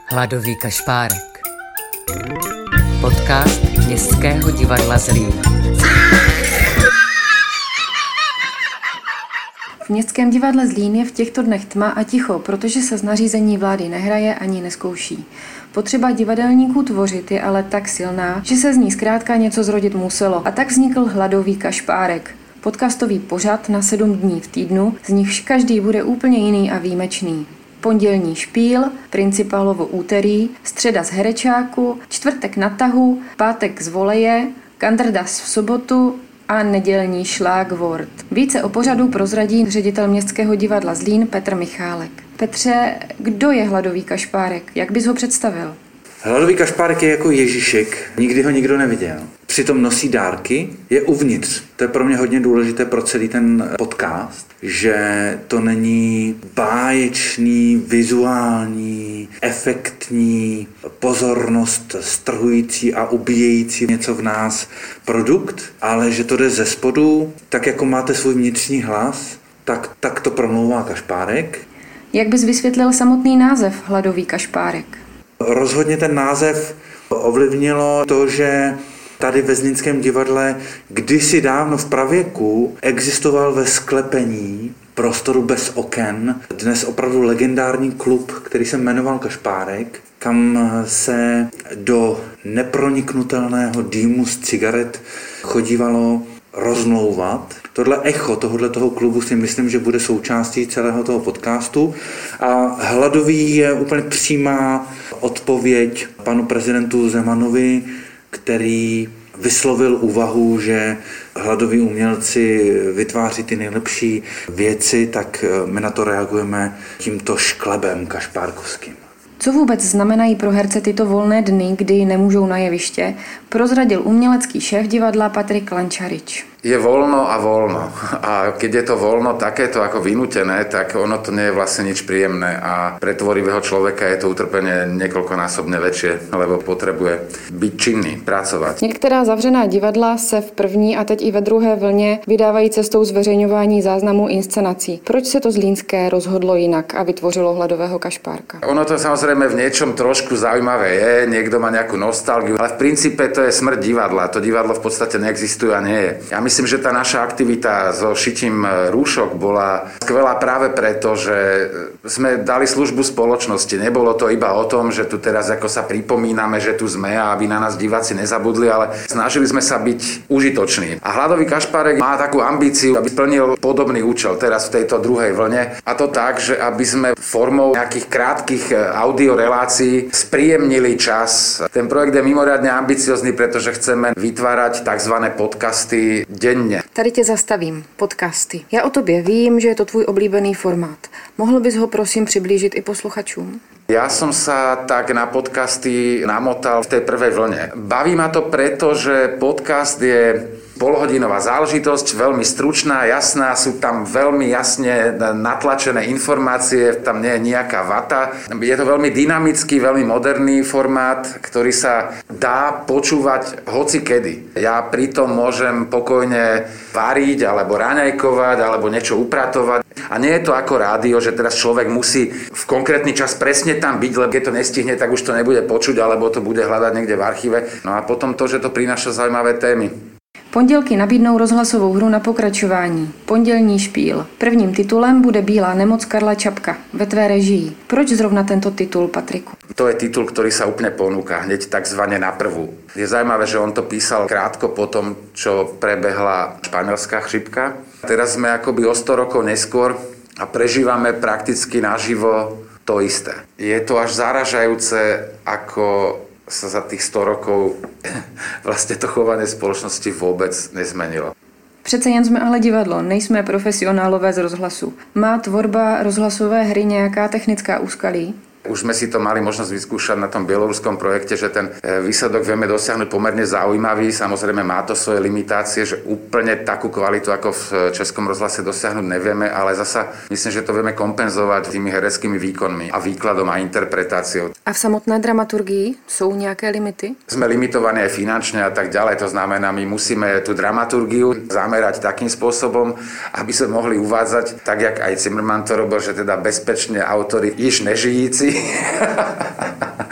Hladový kašpárek. Podcast Městského divadla Zlín. V Městském divadle Zlín je v těchto dnech tma a ticho, protože se z nařízení vlády nehraje ani neskouší. Potřeba divadelníků tvořit je ale tak silná, že se z ní zkrátka něco zrodit muselo. A tak vznikl Hladový kašpárek. Podcastový pořad na 7 dní v týdnu, z nichž každý bude úplně jiný a výjimečný. Pondělní špíl, Principálovo úterý, středa z herečáku, čtvrtek na tahu, pátek z voleje, Kandrdas v sobotu a nedělní šlágvort. Více o pořadu prozradí ředitel Městského divadla Zlín Petr Michálek. Petře, kdo je Hladový kašpárek? Jak bys ho představil? Hladový kašpárek je jako Ježíšek, nikdy ho nikdo neviděl. Přitom nosí dárky, je uvnitř. To je pro mě hodně důležité pro celý ten podcast, že to není báječný, vizuální, efektní, pozornost strhující a ubíjející něco v nás produkt, ale že to jde ze spodu, tak jako máte svůj vnitřní hlas, tak to promlouvá kašpárek. Jak bys vysvětlil samotný název Hladový kašpárek? Rozhodně ten název ovlivnilo to, že tady ve Zlínském divadle kdysi dávno v pravěku existoval ve sklepení prostoru bez oken dnes opravdu legendární klub, který se jmenoval Kašpárek, kam se do neproniknutelného dýmu z cigaret chodívalo rozmlouvat. Tohle echo toho klubu si myslím, že bude součástí celého toho podcastu. A Hladový je úplně přímá odpověď panu prezidentu Zemanovi, který vyslovil úvahu, že hladoví umělci vytváří ty nejlepší věci, tak my na to reagujeme tímto šklebem kašpárkovským. Co vůbec znamenají pro herce tyto volné dny, kdy nemůžou na jeviště, prozradil umělecký šéf divadla Patrik Lančarič. Je voľno a voľno. A keď je to voľno takéto ako vynútené, tak ono to nie je vlastne nič príjemné. A pre tvorivého človeka je to utrpenie niekoľkonásobne väčšie, lebo potrebuje byť činný, pracovať. Některá zavřená divadla se v první a teď i ve druhé vlně vydávají cestou zveřejňování záznamů inscenací. Proč se to Zlínské rozhodlo jinak a vytvořilo Hladového kašpárka? Ono to samozrejme v niečom trošku zaujímavé je, niekto má nejakú nostalgiu, ale v princípe to je smrť divadla. To divadlo v podstate neexistuje a nie je. Ja myslím, že tá naša aktivita so šitím rúšok bola skvelá práve preto, že sme dali službu spoločnosti. Nebolo to iba o tom, že tu teraz ako sa pripomíname, že tu sme a aby na nás diváci nezabudli, ale snažili sme sa byť užitoční. A Hladový kašpárek má takú ambíciu, aby splnil podobný účel teraz v tejto druhej vlne. A to tak, že aby sme formou nejakých krátkych audiorelácií spríjemnili čas. Ten projekt je mimoriadne ambiciozný, pretože chceme vytvárať tzv. Podcasty denne. Tady tě zastavím. Podcasty. Já o tobě vím, že je to tvůj oblíbený formát. Mohl bys ho prosím přiblížit i posluchačům? Ja som sa tak na podcasty namotal v tej prvej vlne. Baví ma to preto, že podcast je polhodinová záležitosť, veľmi stručná, jasná, sú tam veľmi jasne natlačené informácie, tam nie je nejaká vata. Je to veľmi dynamický, veľmi moderný formát, ktorý sa dá počúvať hocikedy. Ja pritom môžem pokojne variť, alebo raňajkovať, alebo niečo upratovať. A nie je to ako rádio, že teraz človek musí v konkrétny čas presne tam byť, lebo keď to nestihne, tak už to nebude počuť, alebo to bude hľadať niekde v archíve. No a potom to, že to prináša zaujímavé témy. Pondělky nabídnou rozhlasovou hru na pokračování. Pondělní špíl. Prvním titulem bude Bílá nemoc Karla Čapka ve tvé režii. Proč zrovna tento titul, Patriku? To je titul, ktorý sa úplne ponúka hneď takzvané na prvú. Je zaujímavé, že on to písal krátko po tom, čo prebehla španielská chřipka. Teraz sme akoby o 100 rokov neskôr a prežívame prakticky naživo to isté. Je to až zaražajúce, ako sa za tých 100 rokov vlastne to chovanie spoločnosti vôbec nezmenilo. Přece jen jsme ale divadlo, nejsme profesionálové z rozhlasu. Má tvorba rozhlasové hry nějaká technická úskalí? Už sme si to mali možnosť vyskúšať na tom bieloruskom projekte, že ten výsledok vieme dosiahnuť pomerne zaujímavý. Samozrejme má to svoje limitácie, že úplne takú kvalitu ako v Českom rozhlase dosiahnuť nevieme, ale zasa myslím, že to vieme kompenzovať tými hereckými výkonmi a výkladom a interpretáciou. A v samotné dramaturgii sú nejaké limity? Sme limitovaní aj finančne a tak ďalej. To znamená, my musíme tú dramaturgiu zamerať takým spôsobom, aby sme mohli uvádzať, tak jak aj Zimmermann to robil, že teda bezpečne autori již nežijíci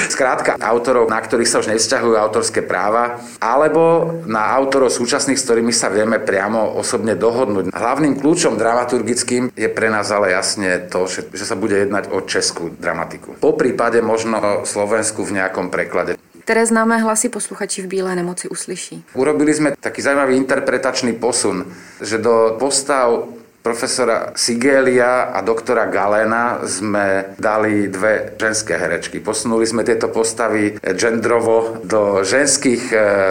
Skrátka autorov, na ktorých sa už nevzťahujú autorské práva, alebo na autorov súčasných, s ktorými sa vieme priamo osobne dohodnúť. Hlavným kľúčom dramaturgickým je pre nás ale jasne to, že sa bude jednať o českú dramatiku. Po prípade možno Slovensku v nejakom preklade. Které známé hlasy posluchači v Bílé nemoci uslyší? Urobili sme taký zaujímavý interpretačný posun, že do postav profesora Sigélia a doktora Galena sme dali dve ženské herečky. Posunuli sme tieto postavy gendrovo do ženských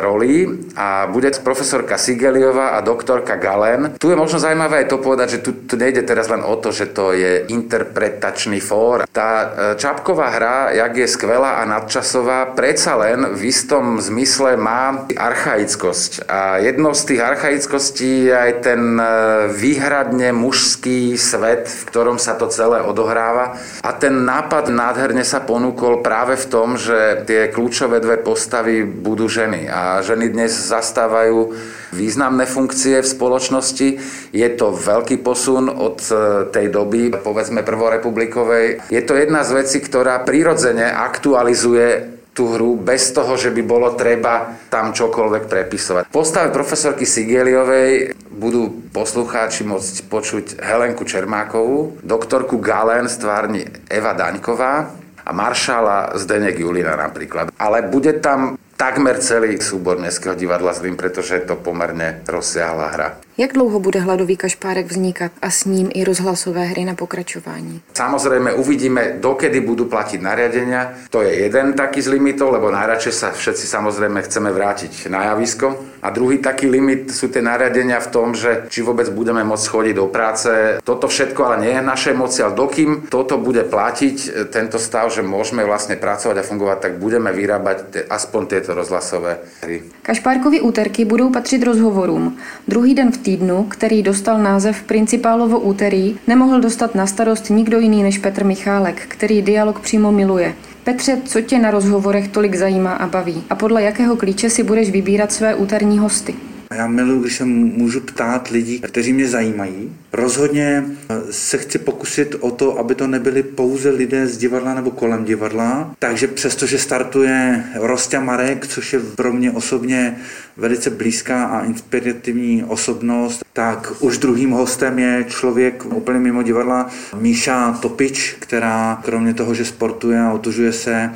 rolí a bude profesorka Sigeliová a doktorka Galen. Tu je možno zaujímavé aj to povedať, že tu nejde teraz len o to, že to je interpretačný fór. Tá Čapková hra, jak je skvelá a nadčasová, predsa len v istom zmysle má archaickosť. A jednou z tých archaickostí je aj ten výhradne mužský svet, v ktorom sa to celé odohráva. A ten nápad nádherne sa ponúkol práve v tom, že tie kľúčové dve postavy budú ženy. A ženy dnes zastávajú významné funkcie v spoločnosti. Je to veľký posun od tej doby, povedzme prvorepublikovej. Je to jedna z vecí, ktorá prirodzene aktualizuje tú hru bez toho, že by bolo treba tam čokoľvek prepisovať. V postave profesorky Sigeliovej budú poslucháči môcť počuť Helenku Čermákovú, doktorku Galen stvárni Eva Daňková a maršála Zdeněk Julina napríklad. Ale bude tam takmer celý súbor Mestského divadla Zlín, pretože je to pomerne rozsiahla hra. Jak dlouho bude Hladový kašpárek vznikat a s ním i rozhlasové hry na pokračování? Samozrejme uvidíme, dokedy budú platiť nariadenia. To je jeden taký z limitov, lebo najradšej sa všetci samozrejme chceme vrátiť na javisko. A druhý taký limit sú tie nariadenia v tom, že či vôbec budeme môcť chodiť do práce. Toto všetko ale nie je v našej moci, ale dokým toto bude platiť, tento stav, že môžeme vlastne pracovať a fungovať, tak budeme vyrábať aspoň tieto rozhlasové hry. Kašpárkovy úterky budou patřit rozhovorům. Druhý den v týdnu, který dostal název Principálovo úterý, nemohl dostat na starost nikdo jiný než Petr Michálek, který dialog přímo miluje. Petře, co tě na rozhovorech tolik zajímá a baví? A podle jakého klíče si budeš vybírat své úterní hosty? Já miluji, když se můžu ptát lidí, kteří mě zajímají. Rozhodně se chci pokusit o to, aby to nebyli pouze lidé z divadla nebo kolem divadla. Takže přestože startuje Rosťa Marek, což je pro mě osobně velice blízká a inspirativní osobnost, tak už druhým hostem je člověk úplně mimo divadla, Míša Topič, která kromě toho, že sportuje a otužuje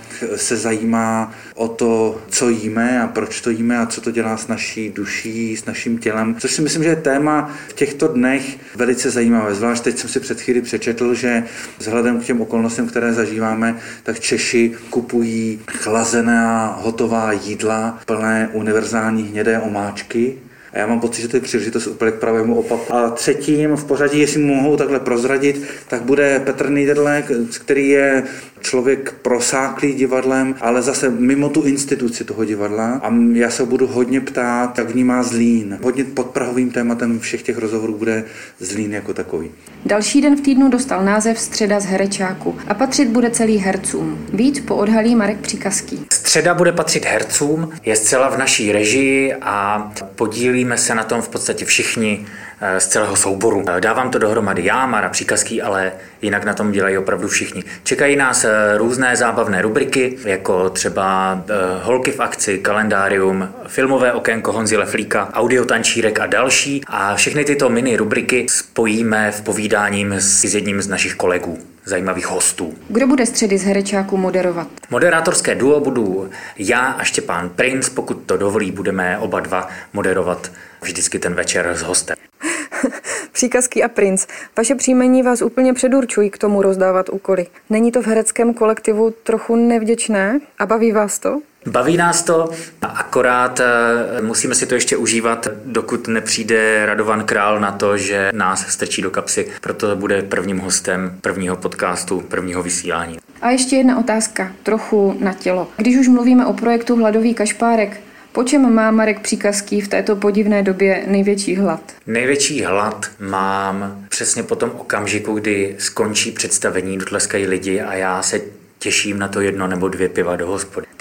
se zajímá o to, co jíme a proč to jíme a co to dělá s naší duší, s naším tělem, což si myslím, že je téma v těchto dnech velice zajímavé. Zvlášť teď jsem si před chvíli přečetl, že vzhledem k těm okolnostem, které zažíváme, tak Češi kupují chlazená hotová jídla plné univerzální hnědé omáčky. A já mám pocit, že to je příležitost úplně k pravému opaku. A třetím v pořadí, jestli mohou takhle prozradit, tak bude Petr Nýderle, který je člověk prosáklý divadlem, ale zase mimo tu instituci toho divadla. A já se budu hodně ptát, jak vnímá Zlín. Hodně podprahovým tématem všech těch rozhovorů bude Zlín jako takový. Další den v týdnu dostal název Středa z herečáku a patřit bude celý hercům. Víc poodhalí Marek Příkazký. Středa bude patřit hercům, je zcela v naší režii a podílíme se na tom v podstatě všichni z celého souboru. Dávám to dohromady já, Mara Příkazký, ale jinak na tom dělají opravdu všichni. Čekají nás různé zábavné rubriky, jako třeba Holky v akci, kalendárium, filmové okénko Honzy Leflíka, audiotančírek a další. A všechny tyto mini rubriky spojíme v povídáním s jedním z našich kolegů, zajímavých hostů. Kdo bude středy z herečáku moderovat? Moderátorské duo budu já a Štěpán Princ, pokud to dovolí, budeme oba dva moderovat vždycky ten večer s hostem. Příkazký a Princ. Vaše příjmení vás úplně předurčují k tomu rozdávat úkoly. Není to v hereckém kolektivu trochu nevděčné a baví vás to? Baví nás to, akorát musíme si to ještě užívat, dokud nepřijde Radovan Král na to, že nás strčí do kapsy. Proto bude prvním hostem prvního podcastu, prvního vysílání. A ještě jedna otázka, trochu na tělo. Když už mluvíme o projektu Hladový kašpárek, po čem má Marek Příkazký v této podivné době největší hlad? Největší hlad mám přesně po tom okamžiku, kdy skončí představení, dotleskají lidi a já se těším na to 1 nebo 2 piva do hospody.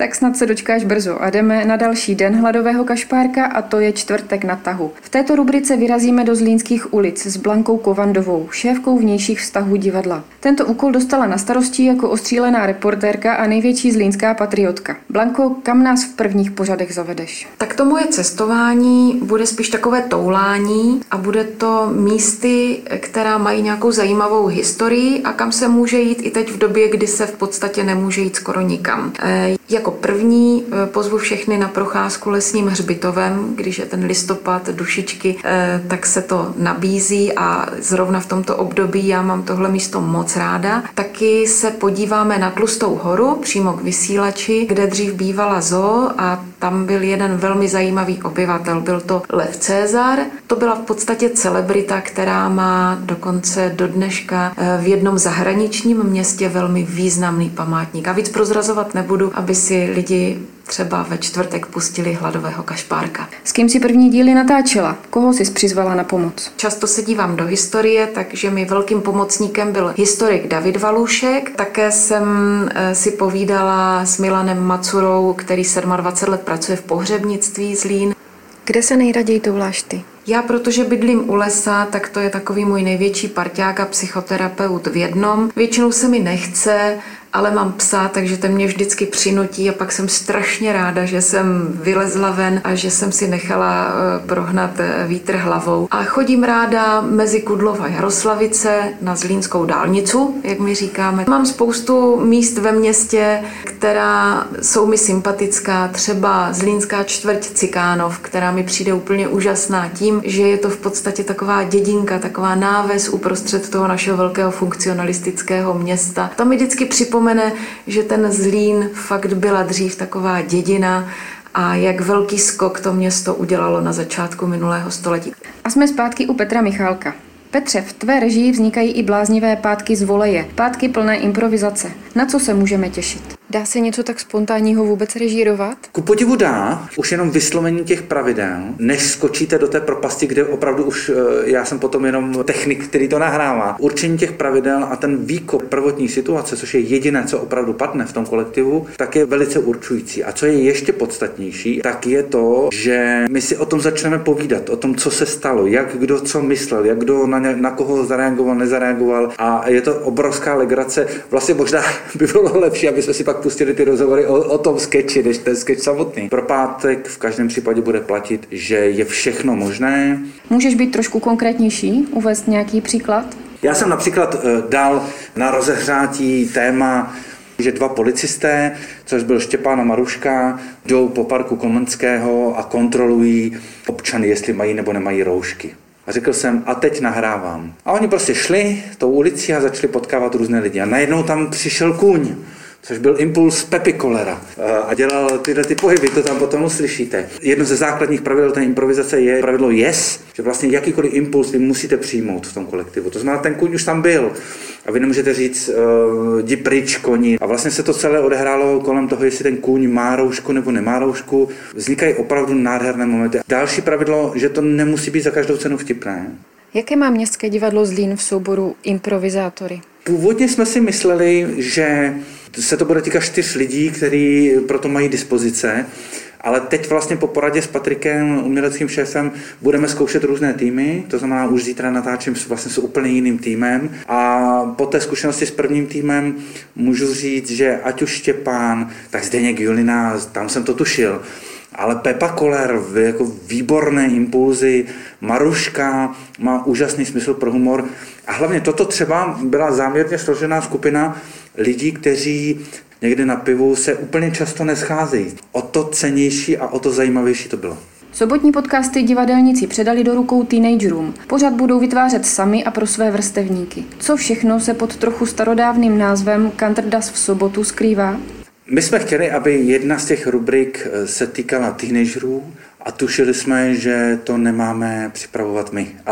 Tak snad se dočkáš brzo a jdeme na další den hladového kašpárka a to je čtvrtek na tahu. V této rubrice vyrazíme do Zlínských ulic s Blankou Kovandovou, šéfkou vnějších vztahů divadla. Tento úkol dostala na starosti jako ostřílená reportérka a největší zlínská patriotka. Blanko, kam nás v prvních pořadech zavedeš? Tak to moje cestování bude spíš takové toulání a bude to místy, která mají nějakou zajímavou historii a kam se může jít i teď v době, kdy se v podstatě nemůže jít skoro nikam. Jako první pozvu všechny na procházku lesním hřbitovem, když je ten listopad, dušičky, tak se to nabízí a zrovna v tomto období já mám tohle místo moc ráda. Taky se podíváme na Tlustou horu, přímo k Vysílači, kde dřív bývala zoo a tam byl jeden velmi zajímavý obyvatel, byl to Lev Cezar. To byla v podstatě celebrita, která má dokonce do dneška v jednom zahraničním městě velmi významný památník. A víc prozrazovat nebudu, aby si lidi třeba ve čtvrtek pustili hladového kašpárka. S kým si první díly natáčela? Koho jsi přizvala na pomoc? Často se dívám do historie, takže mi velkým pomocníkem byl historik David Valůšek. Také jsem si povídala s Milanem Macurou, který 27 let pracuje v pohřebnictví Zlín. Kde se nejraději touláš ty? Já, protože bydlím u lesa, tak to je takový můj největší parťák a psychoterapeut v jednom. Většinou se mi nechce, ale mám psa, takže ten mě vždycky přinutí a pak jsem strašně ráda, že jsem vylezla ven a že jsem si nechala prohnat vítr hlavou. A chodím ráda mezi Kudlov a Jaroslavice na Zlínskou dálnicu, jak my říkáme. Mám spoustu míst ve městě, která jsou mi sympatická, třeba Zlínská čtvrť Cikánov, která mi přijde úplně úžasná tím, že je to v podstatě taková dědinka, taková náves uprostřed toho našeho velkého funkcionalistického města. Tam mi vždycky připomene, že ten Zlín fakt byla dřív taková dědina a jak velký skok to město udělalo na začátku minulého století. A jsme zpátky u Petra Michálka. Petře, v tvé režii vznikají i bláznivé pátky z voleje, pátky plné improvizace. Na co se můžeme těšit? Dá se něco tak spontánního vůbec režírovat? Ku podivu dá, už jenom vyslovení těch pravidel, než skočíte do té propasti, kde opravdu už já jsem potom jenom technik, který to nahrává. Určení těch pravidel a ten výkop prvotní situace, což je jediné, co opravdu padne v tom kolektivu, tak je velice určující. A co je ještě podstatnější, tak je to, že my si o tom začneme povídat, o tom, co se stalo, jak kdo co myslel, jak kdo na koho zareagoval, nezareagoval a je to obrovská legrace. Vlastně možná by bylo lepší, aby jsme si pak pustili ty rozhovory o tom sketchi, než ten sketch samotný. Pro pátek v každém případě bude platit, že je všechno možné. Můžeš být trošku konkrétnější, uvést nějaký příklad? Já jsem například dal na rozehřátí téma, že 2 policisté, což byl Štěpán a Maruška, jdou po parku Komenského a kontrolují občany, jestli mají nebo nemají roušky. A řekl jsem, a teď nahrávám. A oni prostě šli tou ulicí a začali potkávat různé lidi. A najednou tam přišel kůň, což byl impuls Pepi Kolera. A dělal tyhle ty pohyby, to tam potom uslyšíte. Jedno ze základních pravidel té improvizace je pravidlo yes, že vlastně jakýkoliv impuls vy musíte přijmout v tom kolektivu. To znamená, ten kůň už tam byl. A vy nemůžete říct, jdi pryč koni. A vlastně se to celé odehrálo kolem toho, jestli ten kůň má roušku nebo nemá roušku. Vznikají opravdu nádherné momenty. Další pravidlo, že to nemusí být za každou cenu vtipné. Jaké má Městské divadlo Zlín v souboru improvizátory? Původně jsme si mysleli, že se to bude týkat 4 lidí, kteří proto mají dispozice, ale teď vlastně po poradě s Patrikem, uměleckým šéfem, budeme zkoušet různé týmy, to znamená už zítra natáčím vlastně s úplně jiným týmem a po té zkušenosti s prvním týmem můžu říct, že ať už Štěpán, tak Zdeněk Julina, tam jsem to tušil, ale Pepa Koller, jako výborné impulzy, Maruška má úžasný smysl pro humor a hlavně toto třeba byla záměrně složená skupina lidí, kteří někde na pivu se úplně často nescházejí. O to cennější a o to zajímavější to bylo. Sobotní podcasty divadelníci předali do rukou teenagerům. Pořad budou vytvářet sami a pro své vrstevníky. Co všechno se pod trochu starodávným názvem Kantrdas v sobotu skrývá? My jsme chtěli, aby jedna z těch rubrik se týkala teenagerů a tušili jsme, že to nemáme připravovat my, ale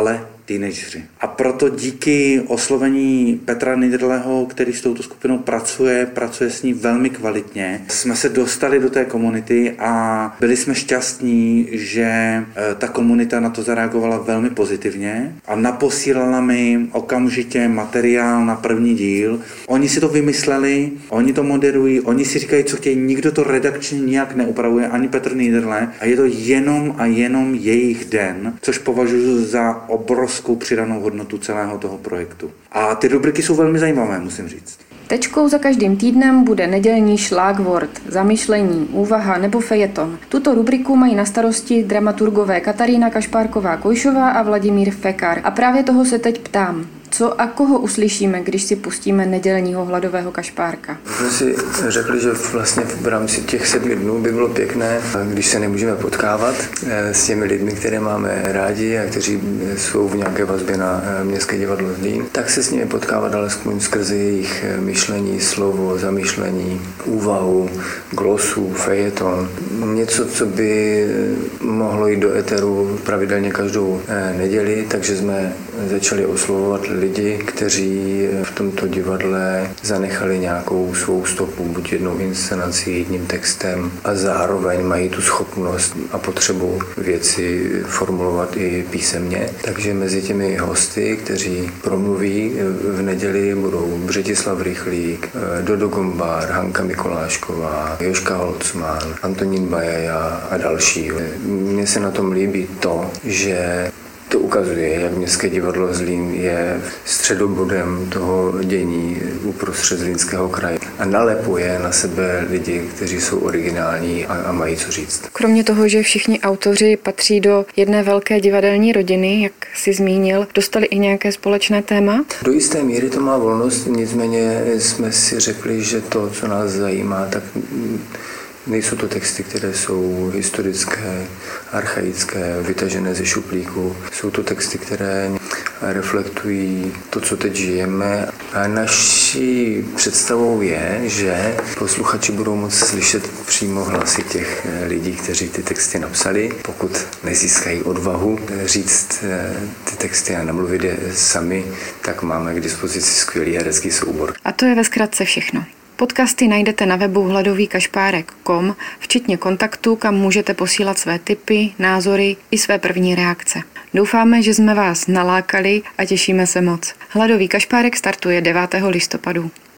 teenageři. A proto díky oslovení Petra Niederleho, který s touto skupinou pracuje s ní velmi kvalitně, jsme se dostali do té komunity a byli jsme šťastní, že ta komunita na to zareagovala velmi pozitivně a naposílala mi okamžitě materiál na první díl. Oni si to vymysleli, oni to moderují, oni si říkají, co chtějí, nikdo to redakčně nijak neupravuje, ani Petr Niederle, a je to jenom a jenom jejich den, což považuji za obrovskou přidanou hodnotu celého toho projektu. A ty rubriky jsou velmi zajímavé, musím říct. Tečkou za každým týdnem bude nedělní šlágvort, zamyšlení, úvaha nebo fejeton. Tuto rubriku mají na starosti dramaturgové Katarína Kašpárková-Kojšová a Vladimír Fekar. A právě toho se teď ptám. Co a koho uslyšíme, když si pustíme nedělního hladového kašpárka? My jsme si řekli, že vlastně v rámci těch 7 dnů by bylo pěkné, když se nemůžeme potkávat s těmi lidmi, které máme rádi a kteří jsou v nějaké vazbě na Městské divadlo Zlín, tak se s nimi potkávat alespoň skrze jejich myšlení, slovo, zamyšlení, úvahu, glosu, fejeton. Něco, co by mohlo jít do éteru pravidelně každou neděli, takže jsme začali oslovovat lidi, kteří v tomto divadle zanechali nějakou svou stopu, buď jednou inscenací, jedním textem a zároveň mají tu schopnost a potřebu věci formulovat i písemně. Takže mezi těmi hosty, kteří promluví v neděli, budou Břetislav Rychlík, Dodo Gombár, Hanka Mikolášková, Jožka Holcman, Antonín Bajaja a další. Mně se na tom líbí to, že to ukazuje, jak Městské divadlo Zlín je středobodem toho dění uprostřed Zlínského kraje a nalepuje na sebe lidi, kteří jsou originální a mají co říct. Kromě toho, že všichni autoři patří do jedné velké divadelní rodiny, jak si zmínil, dostali i nějaké společné téma? Do jisté míry to má volnost, nicméně jsme si řekli, že to, co nás zajímá, tak nejsou to texty, které jsou historické, archaické, vytažené ze šuplíku. Jsou to texty, které reflektují to, co teď žijeme. A naší představou je, že posluchači budou moct slyšet přímo hlasy těch lidí, kteří ty texty napsali. Pokud nezískají odvahu říct ty texty a namluvit je sami, tak máme k dispozici skvělý herecký soubor. A to je ve zkratce všechno. Podcasty najdete na webu hladovýkašpárek.com, včetně kontaktu, kam můžete posílat své tipy, názory i své první reakce. Doufáme, že jsme vás nalákali a těšíme se moc. Hladový kašpárek startuje 9. listopadu.